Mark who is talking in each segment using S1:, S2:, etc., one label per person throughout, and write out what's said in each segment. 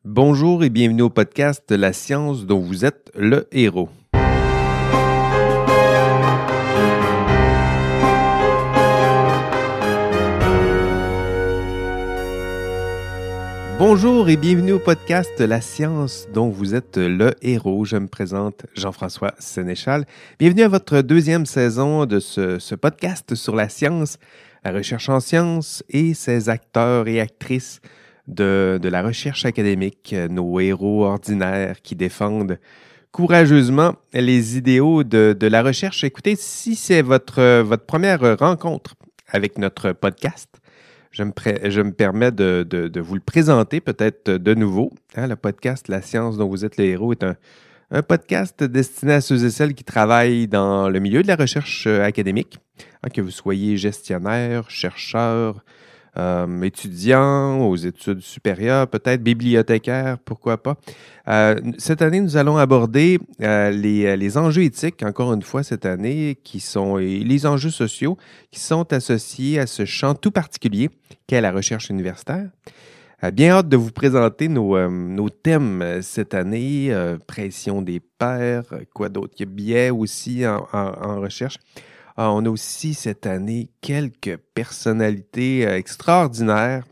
S1: Bonjour et bienvenue au podcast La science dont vous êtes le héros. Bonjour et bienvenue au podcast La science dont vous êtes le héros. Je me présente Jean-François Sénéchal. Bienvenue à votre deuxième saison de ce podcast sur la science, la recherche en sciences et ses acteurs et actrices de la recherche académique, nos héros ordinaires qui défendent courageusement les idéaux de la recherche. Écoutez, si c'est votre première rencontre avec notre podcast, je me permets de vous le présenter peut-être de nouveau. Le podcast La science dont vous êtes le héros est un podcast destiné à ceux et celles qui travaillent dans le milieu de la recherche académique, que vous soyez gestionnaire, chercheur, étudiant aux études supérieures, peut-être bibliothécaire, pourquoi pas. Cette année, nous allons aborder les enjeux éthiques, encore une fois cette année, et les enjeux sociaux qui sont associés à ce champ tout particulier qu'est la recherche universitaire. Bien hâte de vous présenter nos thèmes cette année, pression des pairs, quoi d'autre? Il y a biais aussi en recherche. On a aussi cette année quelques personnalités extraordinaires,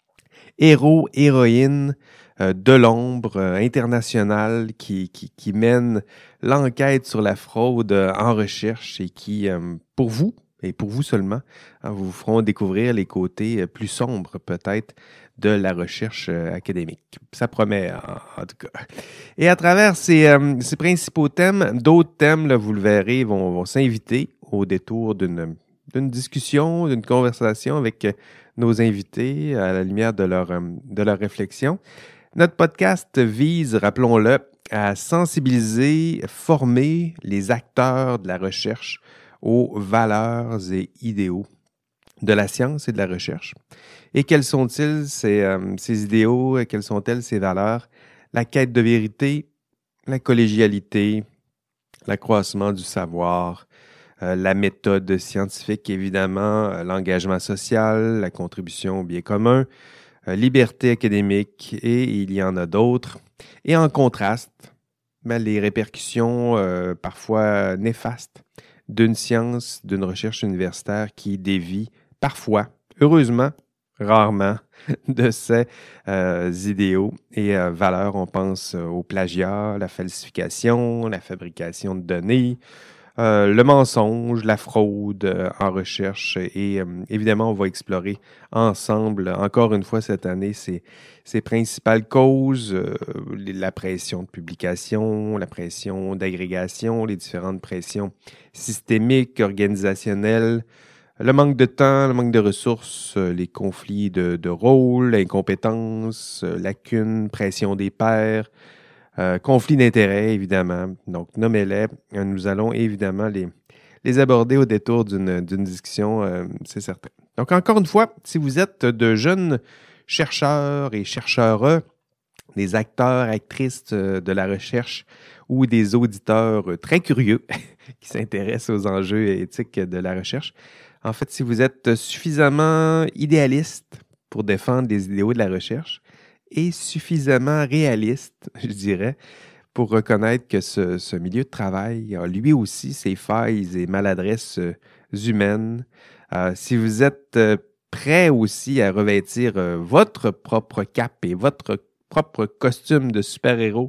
S1: héros, héroïnes de l'ombre internationale qui mènent l'enquête sur la fraude en recherche et qui, pour vous, et pour vous seulement, vous feront découvrir les côtés plus sombres peut-être de la recherche académique. Ça promet en tout cas. Et à travers ces principaux thèmes, d'autres thèmes, là, vous le verrez, vont s'inviter au détour d'une discussion, d'une conversation avec nos invités à la lumière de leur réflexion. Notre podcast vise, rappelons-le, à sensibiliser, former les acteurs de la recherche aux valeurs et idéaux de la science et de la recherche. Et quels sont-ils ces idéaux, quelles sont-elles ces valeurs? La quête de vérité, la collégialité, l'accroissement du savoir, la méthode scientifique, évidemment, l'engagement social, la contribution au bien commun, liberté académique, et il y en a d'autres. Et en contraste, les répercussions parfois néfastes d'une science, d'une recherche universitaire qui dévie parfois, heureusement, rarement, de ces idéaux et valeurs. On pense au plagiat, la falsification, la fabrication de données, le mensonge, la fraude en recherche et évidemment, on va explorer ensemble, encore une fois cette année, ces principales causes, la pression de publication, la pression d'agrégation, les différentes pressions systémiques, organisationnelles, le manque de temps, le manque de ressources, les conflits de rôle, l'incompétence, lacunes, pression des pairs, conflits d'intérêts, évidemment. Donc, nommez-les. Nous allons évidemment les aborder au détour d'une discussion, c'est certain. Donc, encore une fois, si vous êtes de jeunes chercheurs et chercheurs, des acteurs, actrices de la recherche ou des auditeurs très curieux qui s'intéressent aux enjeux éthiques de la recherche, en fait, si vous êtes suffisamment idéaliste pour défendre les idéaux de la recherche et suffisamment réaliste, je dirais, pour reconnaître que ce milieu de travail a lui aussi ses failles et maladresses humaines, si vous êtes prêt aussi à revêtir votre propre cape et votre propre costume de super-héros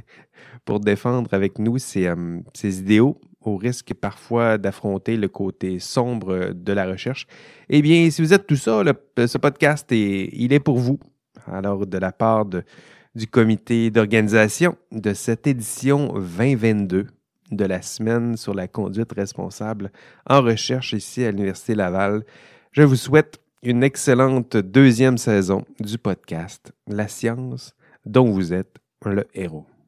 S1: pour défendre avec nous ces idéaux, au risque parfois d'affronter le côté sombre de la recherche. Eh bien, si vous êtes tout ça, ce podcast, il est pour vous. Alors, de la part du comité d'organisation de cette édition 2022 de la semaine sur la conduite responsable en recherche ici à l'Université Laval, je vous souhaite une excellente deuxième saison du podcast La science dont vous êtes le héros.